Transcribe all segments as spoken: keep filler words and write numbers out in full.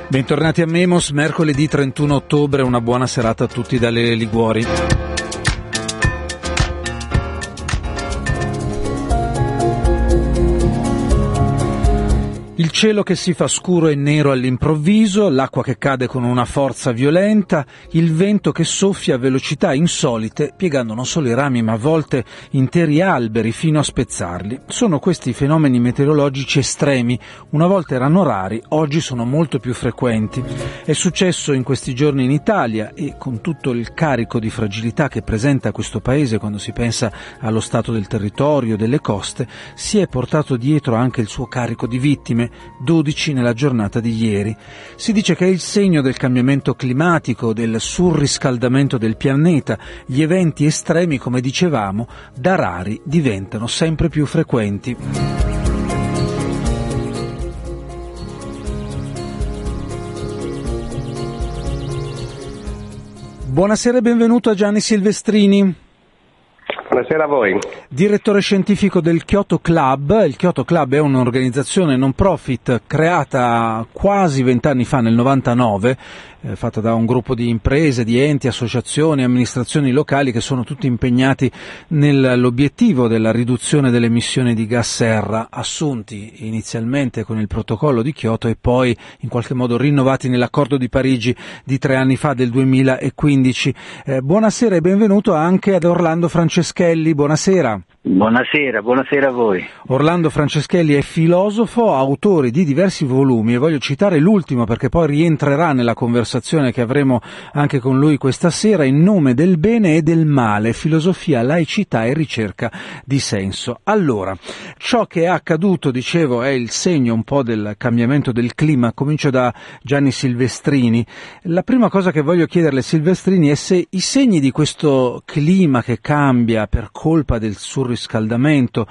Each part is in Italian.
Bentornati a Memos, mercoledì trentuno ottobre, una buona serata a tutti dalle Liguori. Il cielo che si fa scuro e nero all'improvviso, l'acqua che cade con una forza violenta, il vento che soffia a velocità insolite, piegando non solo i rami ma a volte interi alberi fino a spezzarli. Sono questi fenomeni meteorologici estremi, una volta erano rari, oggi sono molto più frequenti. È successo in questi giorni in Italia e con tutto il carico di fragilità che presenta questo paese quando si pensa allo stato del territorio, delle coste, si è portato dietro anche il suo carico di vittime, dodici nella giornata di ieri. Si dice che è il segno del cambiamento climatico, del surriscaldamento del pianeta. Gli eventi estremi, come dicevamo, da rari diventano sempre più frequenti. Buonasera e benvenuto a Gianni Silvestrini. Buonasera a voi. Direttore scientifico del Kyoto Club. Il Kyoto Club è un'organizzazione non profit creata quasi vent'anni fa, nel novantanove, eh, fatta da un gruppo di imprese, di enti, associazioni, amministrazioni locali che sono tutti impegnati nell'obiettivo della riduzione delle emissioni di gas serra, assunti inizialmente con il protocollo di Kyoto e poi in qualche modo rinnovati nell'accordo di Parigi di tre anni fa, del duemilaquindici. Eh, buonasera e benvenuto anche ad Orlando Franceschelli. Buonasera. Buonasera, buonasera a voi. Orlando Franceschelli è filosofo, autore di diversi volumi e voglio citare l'ultimo perché poi rientrerà nella conversazione che avremo anche con lui questa sera, In nome del bene e del male, filosofia, laicità e ricerca di senso. Allora, ciò che è accaduto, dicevo, è il segno un po' del cambiamento del clima. Comincio da Gianni Silvestrini. La prima cosa che voglio chiederle, Silvestrini, è se i segni di questo clima che cambia per colpa del surriscaldamento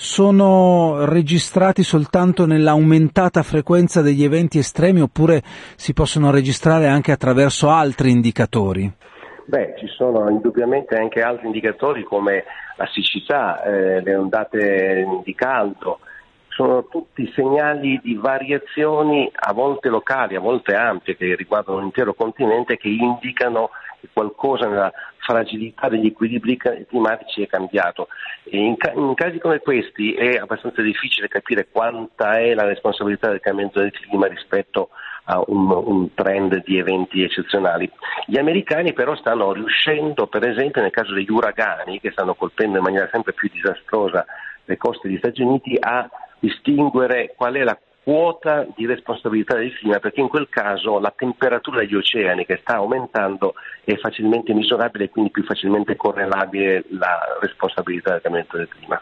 sono registrati soltanto nell'aumentata frequenza degli eventi estremi oppure si possono registrare anche attraverso altri indicatori? Beh, ci sono indubbiamente anche altri indicatori come la siccità, eh, le ondate di caldo. Sono tutti segnali di variazioni a volte locali, a volte ampie, che riguardano l'intero continente, che indicano che qualcosa nella fragilità degli equilibri climatici è cambiato. E in, ca- in casi come questi è abbastanza difficile capire quanta è la responsabilità del cambiamento del clima rispetto a un, un trend di eventi eccezionali. Gli americani però stanno riuscendo, per esempio nel caso degli uragani, che stanno colpendo in maniera sempre più disastrosa le coste degli Stati Uniti, a distinguere qual è la quota di responsabilità del clima, perché in quel caso la temperatura degli oceani, che sta aumentando, è facilmente misurabile e quindi più facilmente correlabile la responsabilità del cambiamento del clima.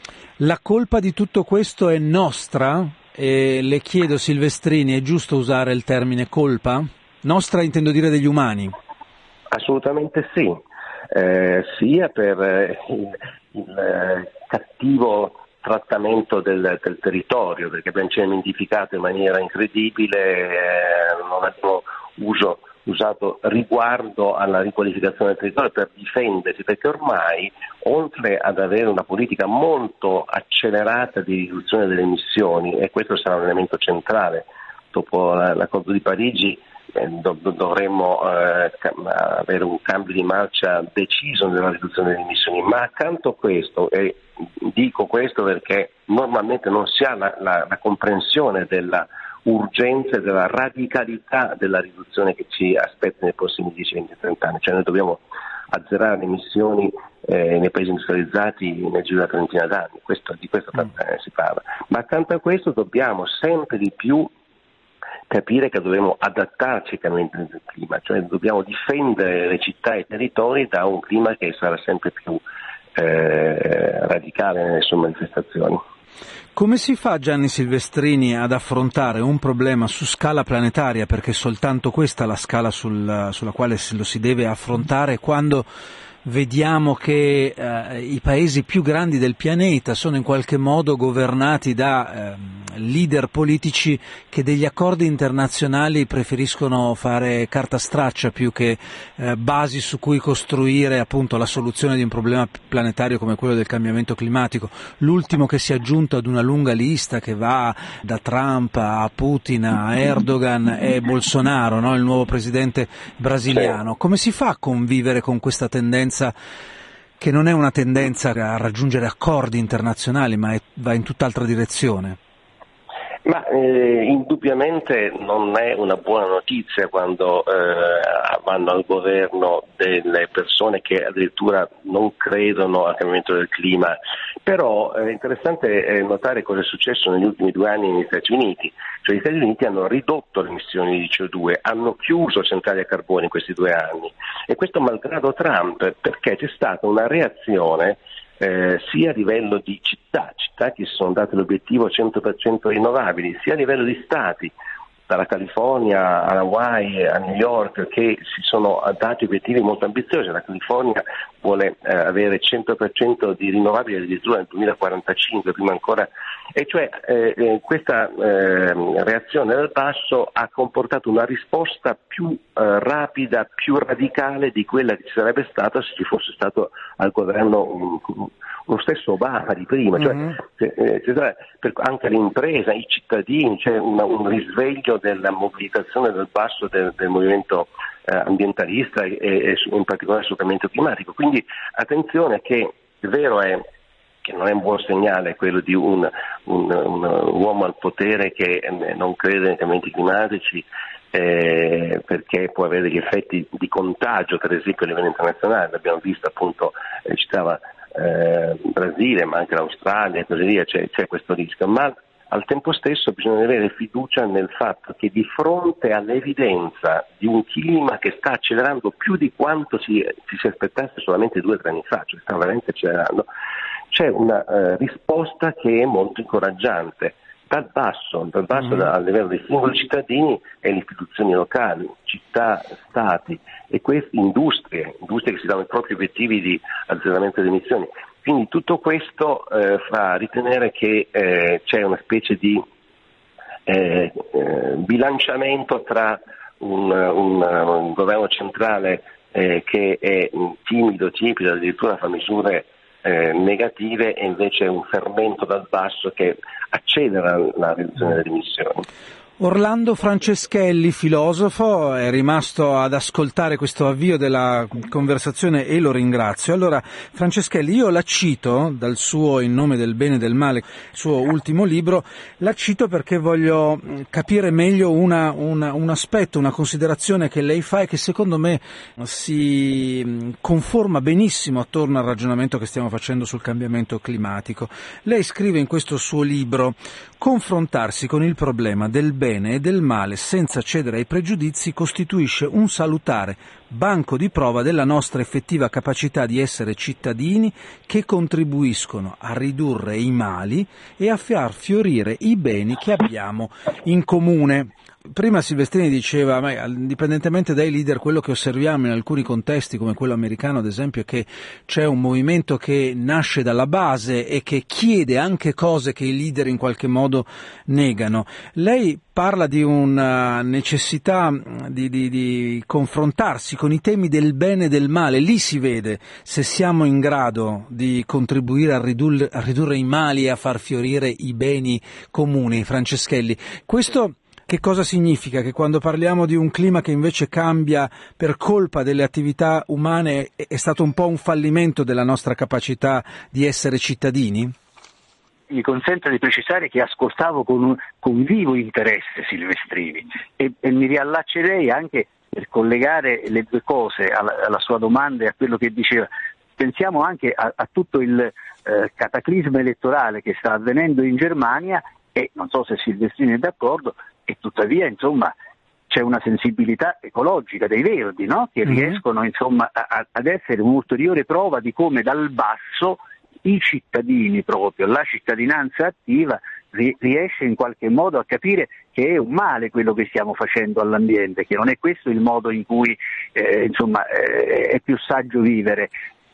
La colpa di tutto questo è nostra? E le chiedo, Silvestrini, è giusto usare il termine colpa? Nostra intendo dire degli umani. Assolutamente sì, eh, sia per eh, il, il eh, cattivo trattamento del, del territorio, perché abbiamo cementificato in maniera incredibile, eh, non abbiamo uso, usato riguardo alla riqualificazione del territorio per difendersi, perché ormai, oltre ad avere una politica molto accelerata di riduzione delle emissioni, e questo sarà un elemento centrale dopo l'accordo di Parigi, eh, dov- dovremmo eh, avere un cambio di marcia deciso nella riduzione delle emissioni, ma accanto a questo, e dico questo perché normalmente non si ha la, la, la comprensione della urgenza e della radicalità della riduzione che ci aspetta nei prossimi dieci, venti, trenta anni, cioè noi dobbiamo azzerare le emissioni eh, nei paesi industrializzati nel giro di una trentina d'anni, questo, di questo mm. si parla, ma accanto a questo dobbiamo sempre di più capire che dobbiamo adattarci ai cambiamenti del clima, cioè dobbiamo difendere le città e i territori da un clima che sarà sempre più eh, radicale nelle sue manifestazioni. Come si fa, Gianni Silvestrini, ad affrontare un problema su scala planetaria, perché soltanto questa è la scala sul, sulla quale lo si deve affrontare, quando vediamo che eh, i paesi più grandi del pianeta sono in qualche modo governati da eh, leader politici che degli accordi internazionali preferiscono fare carta straccia più che eh, basi su cui costruire appunto la soluzione di un problema planetario come quello del cambiamento climatico. L'ultimo che si è aggiunto ad una lunga lista che va da Trump a Putin a Erdogan è Bolsonaro, no? Il nuovo presidente brasiliano. Come si fa a convivere con questa tendenza che non è una tendenza a raggiungere accordi internazionali ma è, va in tutt'altra direzione? Ma eh, indubbiamente non è una buona notizia quando eh, vanno al governo delle persone che addirittura non credono al cambiamento del clima, però è interessante notare cosa è successo negli ultimi due anni negli Stati Uniti, cioè gli Stati Uniti hanno ridotto le emissioni di C O due, hanno chiuso centrali a carbone in questi due anni e questo malgrado Trump, perché c'è stata una reazione Eh, sia a livello di città, città che si sono date l'obiettivo cento per cento rinnovabili, sia a livello di stati, dalla California alla Hawaii a New York, che si sono dati obiettivi molto ambiziosi. La California vuole eh, avere cento per cento di rinnovabili addirittura nel duemilaquarantacinque, prima ancora, e cioè eh, eh, questa eh, reazione dal basso ha comportato una risposta più eh, rapida, più radicale di quella che ci sarebbe stata se ci fosse stato al governo un, lo stesso Obama di prima, cioè, mm-hmm. eh, cioè, per, anche l'impresa, i cittadini, c'è cioè una, un risveglio della mobilitazione del basso del, del movimento eh, ambientalista e, e in particolare sul cambiamento climatico. Quindi attenzione che è vero è che non è un buon segnale quello di un, un, un, un uomo al potere che non crede nei cambiamenti climatici, eh, perché può avere degli effetti di contagio, per esempio a livello internazionale. L'abbiamo visto appunto, eh, citava eh, Brasile, ma anche l'Australia e così via, c'è, c'è questo rischio, ma al tempo stesso bisogna avere fiducia nel fatto che di fronte all'evidenza di un clima che sta accelerando più di quanto si, ci si aspettasse solamente due o tre anni fa, cioè sta veramente accelerando, c'è una eh, risposta che è molto incoraggiante dal basso, dal basso mm. a livello dei singoli cittadini e le istituzioni locali, città, stati e queste industrie, industrie che si danno i propri obiettivi di azzeramento delle emissioni. Quindi tutto questo eh, fa ritenere che eh, c'è una specie di eh, eh, bilanciamento tra un, un, un governo centrale eh, che è timido, timido, addirittura fa misure eh, negative, e invece un fermento dal basso che accelera la riduzione delle emissioni. Orlando Franceschelli, filosofo, è rimasto ad ascoltare questo avvio della conversazione e lo ringrazio. Allora, Franceschelli, io la cito dal suo In nome del bene e del male, il suo ultimo libro, la cito perché voglio capire meglio una, una, un aspetto, una considerazione che lei fa e che secondo me si conforma benissimo attorno al ragionamento che stiamo facendo sul cambiamento climatico. Lei scrive in questo suo libro: confrontarsi con il problema del bene e del male senza cedere ai pregiudizi costituisce un salutare banco di prova della nostra effettiva capacità di essere cittadini che contribuiscono a ridurre i mali e a far fiorire i beni che abbiamo in comune. Prima Silvestrini diceva, ma indipendentemente dai leader, quello che osserviamo in alcuni contesti come quello americano ad esempio è che c'è un movimento che nasce dalla base e che chiede anche cose che i leader in qualche modo negano. Lei parla di una necessità di, di, di confrontarsi con i temi del bene e del male. Lì si vede se siamo in grado di contribuire a ridurre, a ridurre i mali e a far fiorire i beni comuni. Franceschelli, questo che cosa significa? Che quando parliamo di un clima che invece cambia per colpa delle attività umane è stato un po' un fallimento della nostra capacità di essere cittadini? Mi consente di precisare che ascoltavo con, un, con vivo interesse Silvestrini e, e mi riallaccerei anche per collegare le due cose alla, alla sua domanda e a quello che diceva. Pensiamo anche a, a tutto il eh, cataclisma elettorale che sta avvenendo in Germania, e non so se Silvestrini è d'accordo, e tuttavia insomma c'è una sensibilità ecologica dei Verdi, no? Che mm-hmm. riescono insomma a, ad essere un'ulteriore prova di come dal basso i cittadini, proprio la cittadinanza attiva, riesce in qualche modo a capire che è un male quello che stiamo facendo all'ambiente, che non è questo il modo in cui eh, insomma eh, è più saggio vivere.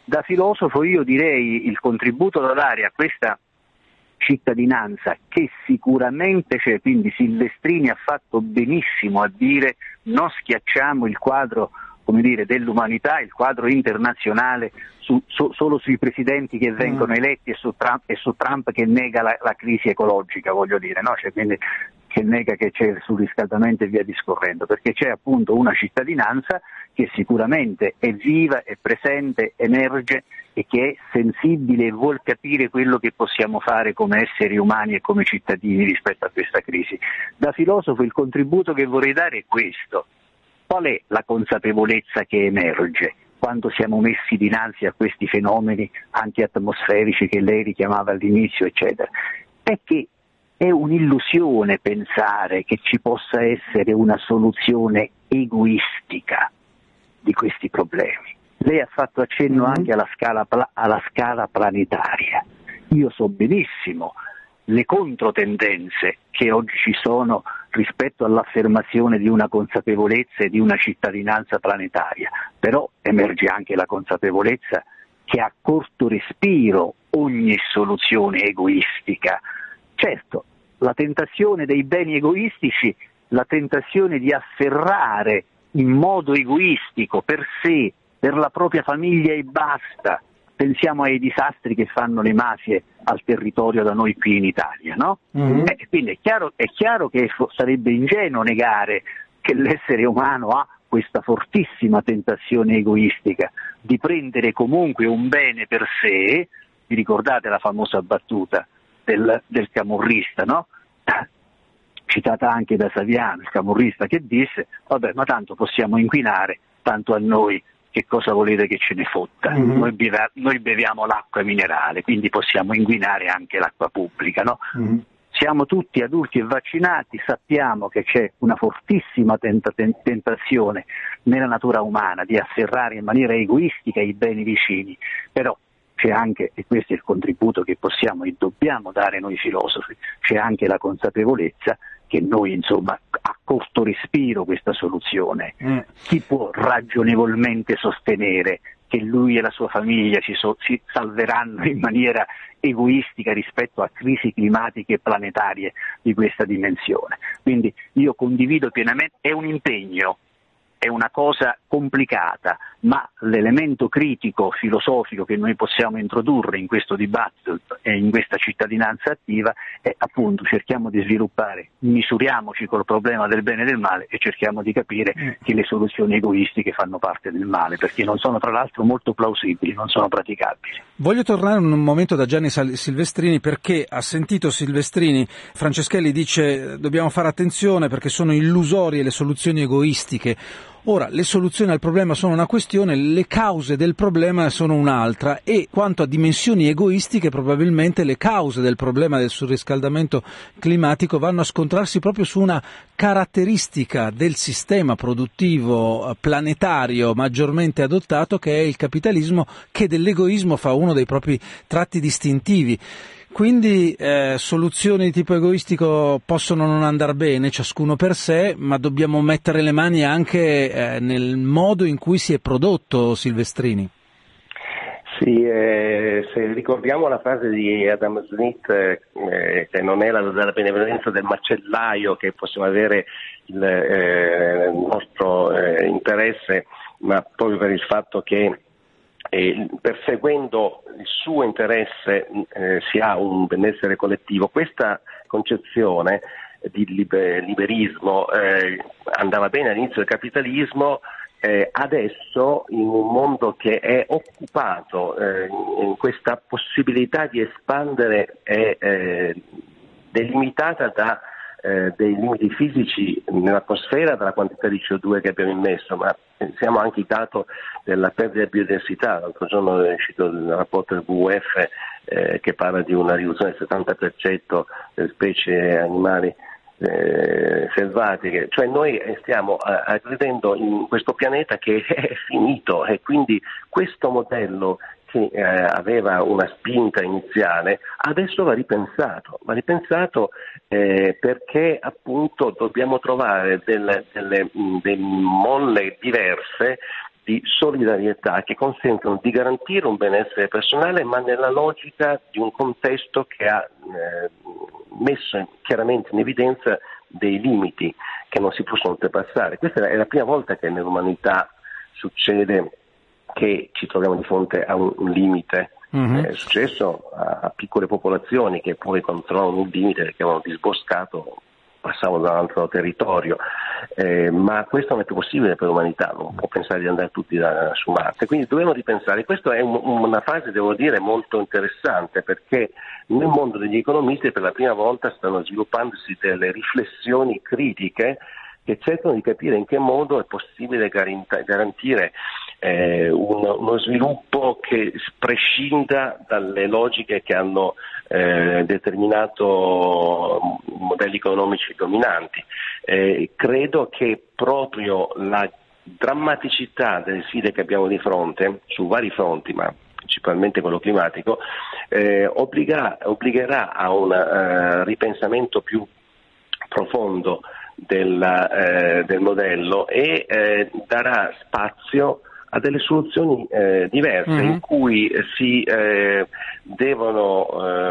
da filosofo io direi il contributo da dare a questa cittadinanza che sicuramente c'è, quindi Silvestrini ha fatto benissimo a dire non schiacciamo il quadro, come dire, dell'umanità, il quadro internazionale su, so, solo sui presidenti che vengono eletti e su Trump, e su Trump che nega la, la crisi ecologica, voglio dire, no? Cioè, quindi, che nega che c'è il surriscaldamento e via discorrendo, perché c'è appunto una cittadinanza che sicuramente è viva, è presente, emerge e che è sensibile e vuol capire quello che possiamo fare come esseri umani e come cittadini rispetto a questa crisi. Da filosofo il contributo che vorrei dare è questo. Qual è la consapevolezza che emerge quando siamo messi dinanzi a questi fenomeni antiatmosferici che lei richiamava all'inizio, eccetera? È che è un'illusione pensare che ci possa essere una soluzione egoistica di questi problemi. Lei ha fatto accenno anche alla scala, alla scala planetaria. Io so benissimo le controtendenze che oggi ci sono rispetto all'affermazione di una consapevolezza e di una cittadinanza planetaria, però emerge anche la consapevolezza che a corto respiro ogni soluzione egoistica. Certo, la tentazione dei beni egoistici, la tentazione di afferrare in modo egoistico per sé, per la propria famiglia e basta. Pensiamo ai disastri che fanno le mafie al territorio da noi qui in Italia, no? Mm-hmm. Eh, quindi è chiaro, è chiaro che sarebbe ingenuo negare che l'essere umano ha questa fortissima tentazione egoistica di prendere comunque un bene per sé. Vi ricordate la famosa battuta del, del camorrista, no? Citata anche da Saviano, il camorrista, che disse: vabbè, ma tanto possiamo inquinare, tanto a noi che cosa volete che ce ne fotta? Mm-hmm. Noi, beve- noi beviamo l'acqua minerale, quindi possiamo inquinare anche l'acqua pubblica, no? Mm-hmm. Siamo tutti adulti e vaccinati, sappiamo che c'è una fortissima tenta- tentazione nella natura umana di afferrare in maniera egoistica i beni vicini, però c'è anche, e questo è il contributo che possiamo e dobbiamo dare noi filosofi, c'è anche la consapevolezza che noi, insomma, a corto respiro questa soluzione, mm. chi può ragionevolmente sostenere che lui e la sua famiglia si, so, si salveranno in maniera egoistica rispetto a crisi climatiche planetarie di questa dimensione? Quindi io condivido pienamente, è un impegno, è una cosa complicata, ma l'elemento critico filosofico che noi possiamo introdurre in questo dibattito e in questa cittadinanza attiva è appunto cerchiamo di sviluppare, misuriamoci col problema del bene e del male e cerchiamo di capire mm. che le soluzioni egoistiche fanno parte del male, perché non sono tra l'altro molto plausibili, non sono praticabili. Voglio tornare un momento da Gianni Silvestrini, perché ha sentito Silvestrini, Franceschelli dice dobbiamo fare attenzione perché sono illusorie le soluzioni egoistiche. Ora, le soluzioni al problema sono una questione, le cause del problema sono un'altra, e quanto a dimensioni egoistiche probabilmente le cause del problema del surriscaldamento climatico vanno a scontrarsi proprio su una caratteristica del sistema produttivo planetario maggiormente adottato, che è il capitalismo, che dell'egoismo fa uno dei propri tratti distintivi. Quindi eh, soluzioni di tipo egoistico possono non andar bene, ciascuno per sé, ma dobbiamo mettere le mani anche eh, nel modo in cui si è prodotto, Silvestrini. Sì, eh, se ricordiamo la frase di Adam Smith, eh, che non è la, la benevolenza del macellaio che possiamo avere il, eh, il nostro eh, interesse, ma proprio per il fatto che E perseguendo il suo interesse eh, si ha un benessere collettivo. Questa concezione di liber- liberismo eh, andava bene all'inizio del capitalismo, eh, adesso in un mondo che è occupato eh, in questa possibilità di espandere è eh, delimitata da Eh, dei limiti fisici nell'atmosfera, dalla quantità di C O due che abbiamo immesso, ma pensiamo anche al dato della perdita di biodiversità. L'altro giorno è uscito il rapporto del W W F eh, che parla di una riduzione del settanta per cento delle specie animali eh, selvatiche, cioè noi stiamo aggredendo in questo pianeta che è finito, e quindi questo modello che eh, aveva una spinta iniziale adesso va ripensato, va ripensato eh, perché appunto dobbiamo trovare delle, delle, delle molle diverse di solidarietà che consentono di garantire un benessere personale, ma nella logica di un contesto che ha eh, messo chiaramente in evidenza dei limiti che non si possono oltrepassare. Questa è la prima volta che nell'umanità succede che ci troviamo di fronte a un, un limite. Mm-hmm. È successo a, a piccole popolazioni che poi controllano un limite perché avevano disboscato, passavano da un altro territorio, eh, ma questo non è più possibile per l'umanità, non può pensare di andare tutti da, su Marte, quindi dobbiamo ripensare. Questa è un, una fase, devo dire, molto interessante, perché nel mondo degli economisti per la prima volta stanno sviluppandosi delle riflessioni critiche che cercano di capire in che modo è possibile garantire eh, uno, uno sviluppo che prescinda dalle logiche che hanno eh, determinato modelli economici dominanti. Eh, credo che proprio la drammaticità delle sfide che abbiamo di fronte, su vari fronti, ma principalmente quello climatico, eh, obbliga, obbligherà a un uh, ripensamento più profondo del, eh, del modello e eh, darà spazio a delle soluzioni eh, diverse mm-hmm. in cui si eh, devono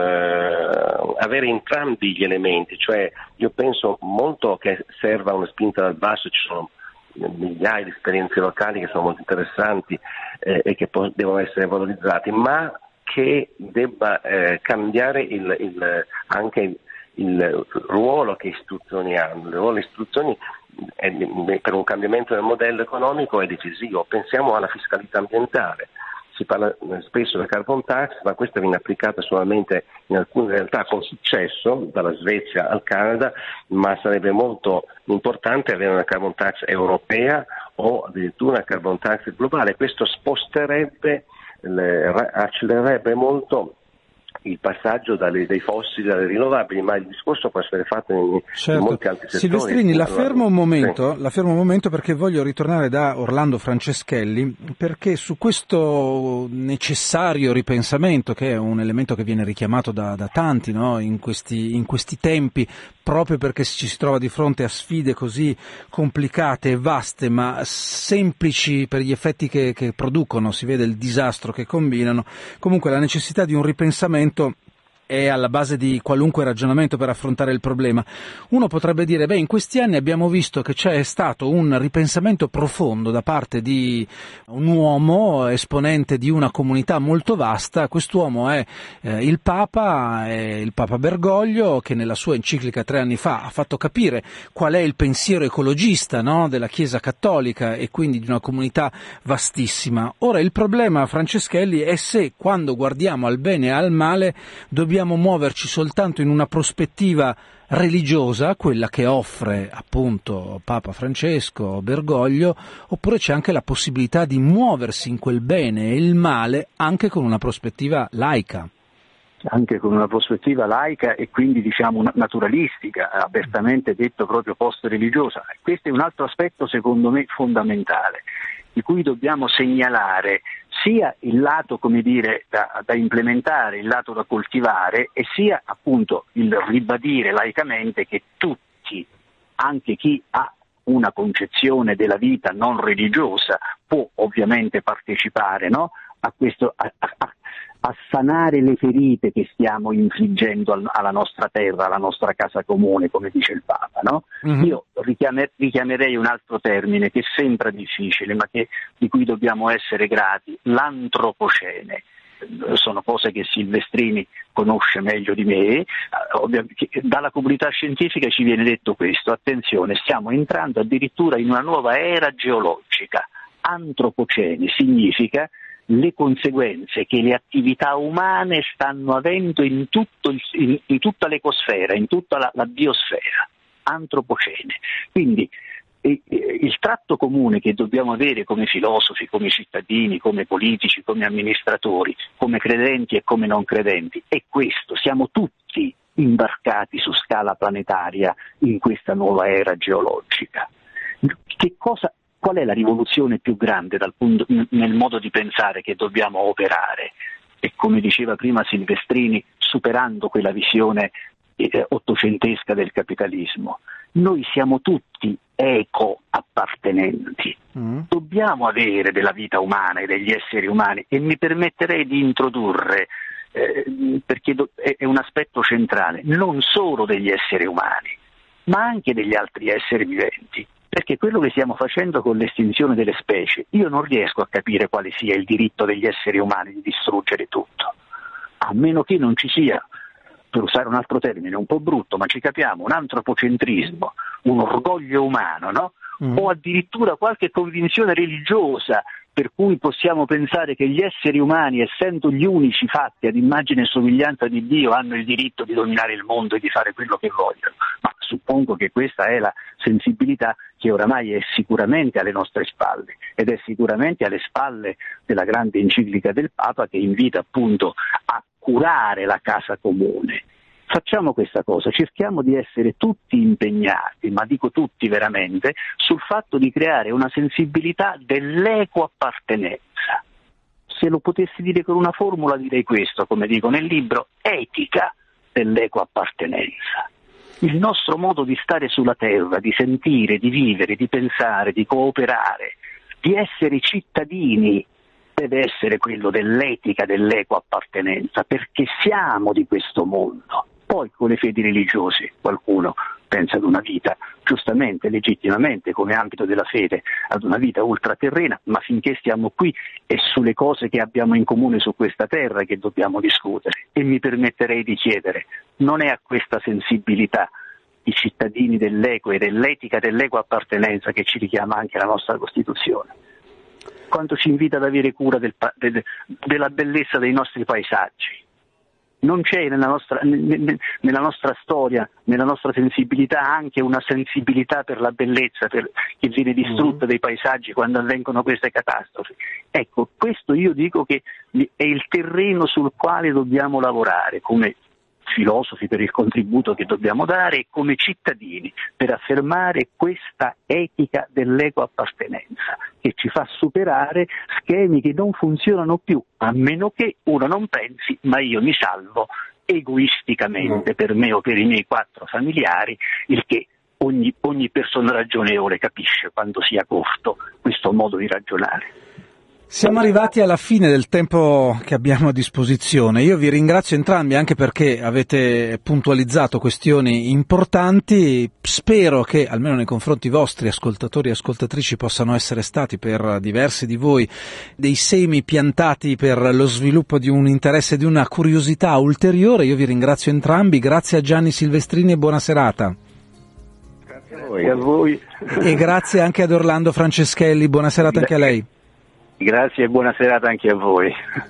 eh, avere entrambi gli elementi, cioè io penso molto che serva una spinta dal basso, ci sono migliaia di esperienze locali che sono molto interessanti eh, e che po- devono essere valorizzati, ma che debba eh, cambiare il, il, anche il, il ruolo che istituzioni hanno. Il ruolo delle istituzioni è, per un cambiamento del modello economico è decisivo. Pensiamo alla fiscalità ambientale. Si parla spesso del carbon tax, ma questa viene applicata solamente in alcune realtà con successo, dalla Svezia al Canada, ma sarebbe molto importante avere una carbon tax europea o addirittura una carbon tax globale. Questo sposterebbe, accelererebbe molto il passaggio dalle, dai fossili alle rinnovabili, ma il discorso può essere fatto in, certo. in molti altri settori. Silvestrini, la fermo un momento, sì. la fermo un momento perché voglio ritornare da Orlando Franceschelli, perché su questo necessario ripensamento, che è un elemento che viene richiamato da, da tanti, no? in, questi, in questi tempi, proprio perché ci si trova di fronte a sfide così complicate e vaste, ma semplici per gli effetti che, che producono, si vede il disastro che combinano, comunque la necessità di un ripensamento è alla base di qualunque ragionamento per affrontare il problema. Uno potrebbe dire, beh, in questi anni abbiamo visto che c'è stato un ripensamento profondo da parte di un uomo, esponente di una comunità molto vasta. Quest'uomo è eh, il Papa, è il Papa Bergoglio, che nella sua enciclica tre anni fa ha fatto capire qual è il pensiero ecologista, no, della Chiesa Cattolica e quindi di una comunità vastissima. Ora il problema, Franceschelli, è se quando guardiamo al bene e al male dobbiamo muoverci soltanto in una prospettiva religiosa, quella che offre appunto Papa Francesco, Bergoglio, oppure c'è anche la possibilità di muoversi in quel bene e il male anche con una prospettiva laica. Anche con una prospettiva laica e quindi diciamo naturalistica, apertamente detto proprio post-religiosa. Questo è un altro aspetto secondo me fondamentale, di cui dobbiamo segnalare sia il lato, come dire, da, da implementare, il lato da coltivare, e sia appunto il ribadire laicamente che tutti, anche chi ha una concezione della vita non religiosa, può ovviamente partecipare, no? a questo a, a, a sanare le ferite che stiamo infliggendo al, alla nostra terra, alla nostra casa comune, come dice il Papa, no? Mm-hmm. Io richiamer, richiamerei un altro termine che sembra difficile, ma che, di cui dobbiamo essere grati, l'antropocene. Sono cose che Silvestrini conosce meglio di me. Dalla comunità scientifica ci viene detto questo: attenzione, stiamo entrando addirittura in una nuova era geologica. Antropocene significa le conseguenze che le attività umane stanno avendo in, tutto il, in, in tutta l'ecosfera, in tutta la, la biosfera. Antropocene. Quindi eh, il tratto comune che dobbiamo avere come filosofi, come cittadini, come politici, come amministratori, come credenti e come non credenti è questo: siamo tutti imbarcati su scala planetaria in questa nuova era geologica. Che cosa Qual è la rivoluzione più grande dal punto, nel modo di pensare che dobbiamo operare? E come diceva prima Silvestrini, superando quella visione eh, ottocentesca del capitalismo. Noi siamo tutti eco-appartenenti, mm. dobbiamo avere della vita umana e degli esseri umani, e mi permetterei di introdurre, eh, perché do- è un aspetto centrale, non solo degli esseri umani, ma anche degli altri esseri viventi. Perché quello che stiamo facendo con l'estinzione delle specie, io non riesco a capire quale sia il diritto degli esseri umani di distruggere tutto, a meno che non ci sia, per usare un altro termine un po' brutto, ma ci capiamo, un antropocentrismo, un orgoglio umano, no? Mm. O addirittura qualche convinzione religiosa per cui possiamo pensare che gli esseri umani, essendo gli unici fatti ad immagine e somiglianza di Dio, hanno il diritto di dominare il mondo e di fare quello che vogliono. Ma suppongo che questa è la sensibilità che oramai è sicuramente alle nostre spalle, ed è sicuramente alle spalle della grande enciclica del Papa, che invita appunto a curare la casa comune. Facciamo questa cosa, cerchiamo di essere tutti impegnati, ma dico tutti veramente, sul fatto di creare una sensibilità dell'ecoappartenenza. Se lo potessi dire con una formula direi questo, come dico nel libro, etica dell'ecoappartenenza. Il nostro modo di stare sulla terra, di sentire, di vivere, di pensare, di cooperare, di essere cittadini, deve essere quello dell'etica dell'ecoappartenenza, perché siamo di questo mondo. Poi con le fedi religiose qualcuno pensa ad una vita, giustamente, legittimamente, come ambito della fede, ad una vita ultraterrena, ma finché stiamo qui è sulle cose che abbiamo in comune su questa terra che dobbiamo discutere. E mi permetterei di chiedere, non è a questa sensibilità i cittadini dell'eco e dell'etica dell'ecoappartenenza che ci richiama anche la nostra Costituzione? Quanto ci invita ad avere cura del, de, della bellezza dei nostri paesaggi? Non c'è nella nostra, nella nostra storia, nella nostra sensibilità, anche una sensibilità per la bellezza per, che viene distrutta mm. dei paesaggi quando avvengono queste catastrofi? Ecco, questo io dico che è il terreno sul quale dobbiamo lavorare come filosofi, per il contributo che dobbiamo dare, e come cittadini per affermare questa etica dell'ecoappartenenza che ci fa superare schemi che non funzionano più, a meno che uno non pensi ma io mi salvo egoisticamente no. per me o per i miei quattro familiari, il che ogni, ogni persona ragionevole capisce quando sia corto questo modo di ragionare. Siamo arrivati alla fine del tempo che abbiamo a disposizione. Io vi ringrazio entrambi anche perché avete puntualizzato questioni importanti. Spero che, almeno nei confronti vostri, ascoltatori e ascoltatrici, possano essere stati per diversi di voi dei semi piantati per lo sviluppo di un interesse e di una curiosità ulteriore. Io vi ringrazio entrambi. Grazie a Gianni Silvestrini e buona serata. Grazie a voi. A voi. E grazie anche ad Orlando Franceschelli. Buona serata anche a lei. Grazie e buona serata anche a voi.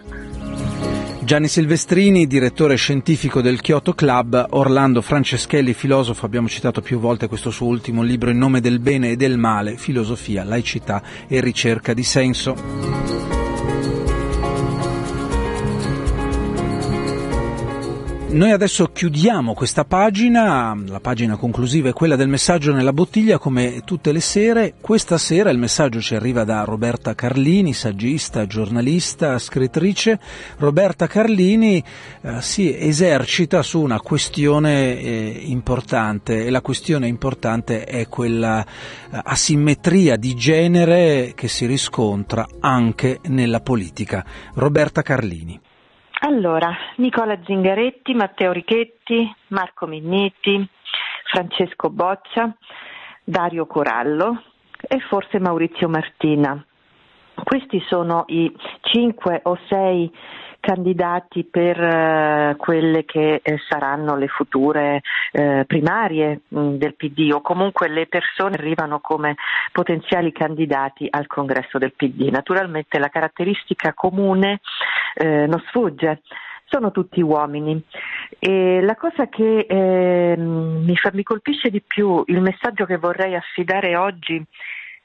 Gianni Silvestrini, direttore scientifico del Kyoto Club, Orlando Franceschelli, filosofo, abbiamo citato più volte questo suo ultimo libro In nome del bene e del male, filosofia, laicità e ricerca di senso. Noi adesso chiudiamo questa pagina, la pagina conclusiva è quella del messaggio nella bottiglia, come tutte le sere. Questa sera il messaggio ci arriva da Roberta Carlini, saggista, giornalista, scrittrice. Roberta Carlini eh, si esercita su una questione eh, importante, e la questione importante è quella eh, asimmetria di genere che si riscontra anche nella politica. Roberta Carlini. Allora, Nicola Zingaretti, Matteo Richetti, Marco Minniti, Francesco Boccia, Dario Corallo e forse Maurizio Martina. Questi sono i cinque o sei candidati per uh, quelle che eh, saranno le future eh, primarie mh, del P D, o comunque le persone arrivano come potenziali candidati al congresso del P D. Naturalmente la caratteristica comune eh, non sfugge, sono tutti uomini, e la cosa che eh, mi, fa, mi colpisce di più, il messaggio che vorrei affidare oggi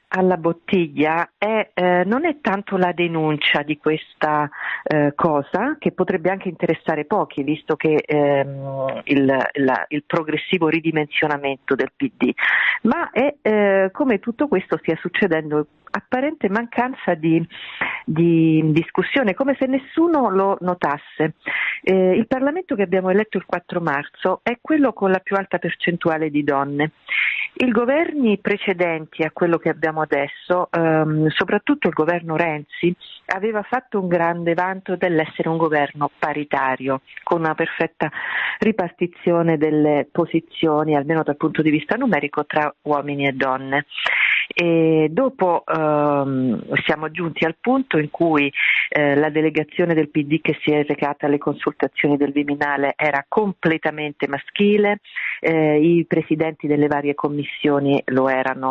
alla bottiglia è, eh, non è tanto la denuncia di questa eh, cosa, che potrebbe anche interessare pochi, visto che ehm, il, la, il progressivo ridimensionamento del P D, ma è eh, come tutto questo stia succedendo, apparente mancanza di, di discussione, come se nessuno lo notasse. Eh, il Parlamento che abbiamo eletto il quattro marzo è quello con la più alta percentuale di donne. I governi precedenti a quello che abbiamo adesso, ehm, soprattutto il governo Renzi, aveva fatto un grande vanto dell'essere un governo paritario, con una perfetta ripartizione delle posizioni, almeno dal punto di vista numerico, tra uomini e donne. E dopo ehm, siamo giunti al punto in cui eh, la delegazione del P D che si è recata alle consultazioni del Viminale era completamente maschile, eh, i presidenti delle varie commissioni lo erano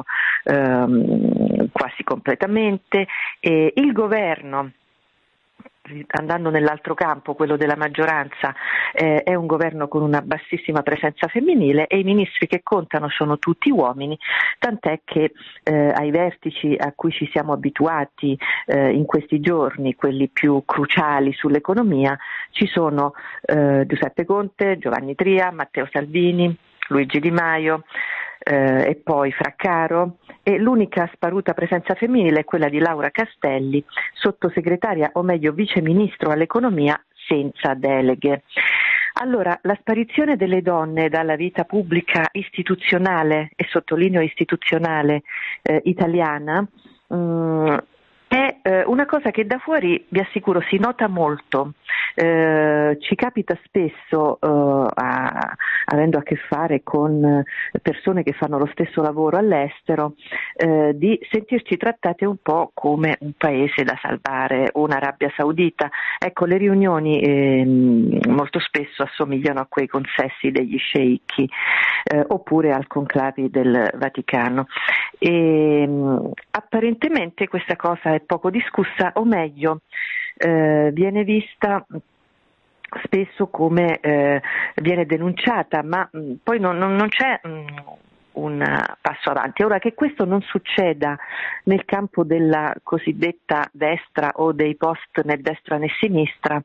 ehm, quasi completamente, e il governo, andando nell'altro campo, quello della maggioranza, eh, è un governo con una bassissima presenza femminile e i ministri che contano sono tutti uomini, tant'è che eh, ai vertici a cui ci siamo abituati eh, in questi giorni, quelli più cruciali sull'economia, ci sono eh, Giuseppe Conte, Giovanni Tria, Matteo Salvini, Luigi Di Maio, eh, e poi Fraccaro, e l'unica sparuta presenza femminile è quella di Laura Castelli, sottosegretaria o meglio viceministro all'economia senza deleghe. Allora, la sparizione delle donne dalla vita pubblica istituzionale, e sottolineo istituzionale, eh, italiana, mh, è eh, una cosa che da fuori, vi assicuro, si nota molto. Eh, ci capita spesso, eh, a, avendo a che fare con persone che fanno lo stesso lavoro all'estero, eh, di sentirci trattate un po' come un paese da salvare, un'Arabia Saudita. Ecco, le riunioni eh, molto spesso assomigliano a quei consessi degli sceicchi, eh, oppure al conclavi del Vaticano. E, mh, apparentemente questa cosa è poco discussa, o meglio, eh, viene vista spesso come eh, viene denunciata, ma mh, poi non, non, non c'è mh, un passo avanti. Ora, che questo non succeda nel campo della cosiddetta destra o dei post né destra né sinistra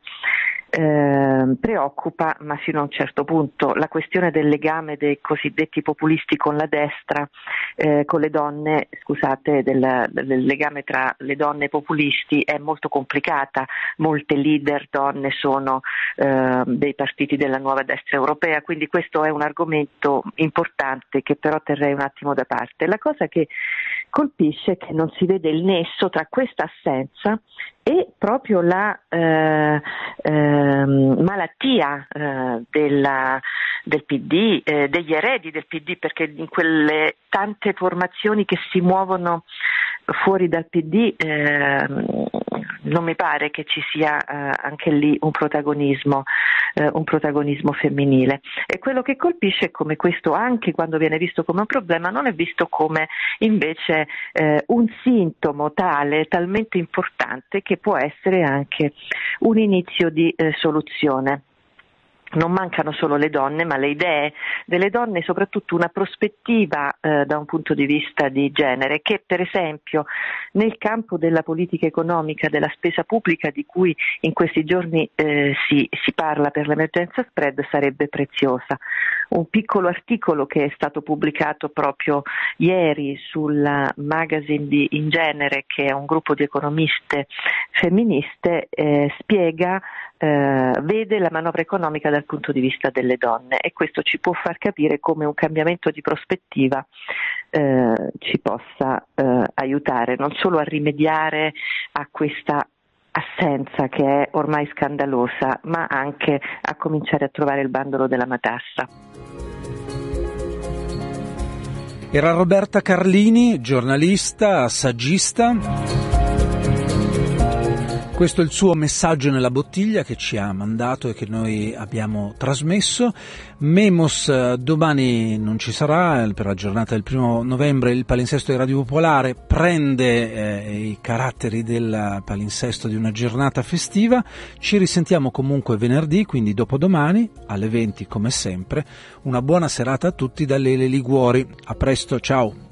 Eh, preoccupa, ma fino a un certo punto. La questione del legame dei cosiddetti populisti con la destra, eh, con le donne, scusate, del, del legame tra le donne e i populisti è molto complicata. Molte leader donne sono eh, dei partiti della nuova destra europea, quindi questo è un argomento importante che però terrei un attimo da parte. La cosa che colpisce è che non si vede il nesso tra questa assenza e proprio la eh, eh, malattia eh, della, del P D, eh, degli eredi del P D, perché in quelle tante formazioni che si muovono fuori dal P D eh, non mi pare che ci sia eh, anche lì un protagonismo, eh, un protagonismo femminile. E quello che colpisce è come questo, anche quando viene visto come un problema, non è visto come invece eh, un sintomo tale, talmente importante, che può essere anche un inizio di eh, soluzione. Non mancano solo le donne, ma le idee delle donne, soprattutto una prospettiva eh, da un punto di vista di genere, che per esempio nel campo della politica economica, della spesa pubblica, di cui in questi giorni eh, si, si parla per l'emergenza spread, sarebbe preziosa. Un piccolo articolo che è stato pubblicato proprio ieri sul magazine di In Genere, che è un gruppo di economiste femministe, eh, spiega Eh, vede la manovra economica dal punto di vista delle donne, e questo ci può far capire come un cambiamento di prospettiva eh, ci possa eh, aiutare non solo a rimediare a questa assenza che è ormai scandalosa, ma anche a cominciare a trovare il bandolo della matassa. Era Roberta Carlini, giornalista, saggista. Questo è il suo messaggio nella bottiglia che ci ha mandato e che noi abbiamo trasmesso. Memos domani non ci sarà, per la giornata del primo novembre il palinsesto di Radio Popolare prende eh, i caratteri del palinsesto di una giornata festiva. Ci risentiamo comunque venerdì, quindi dopodomani alle venti come sempre. Una buona serata a tutti da Lele Liguori. A presto, ciao!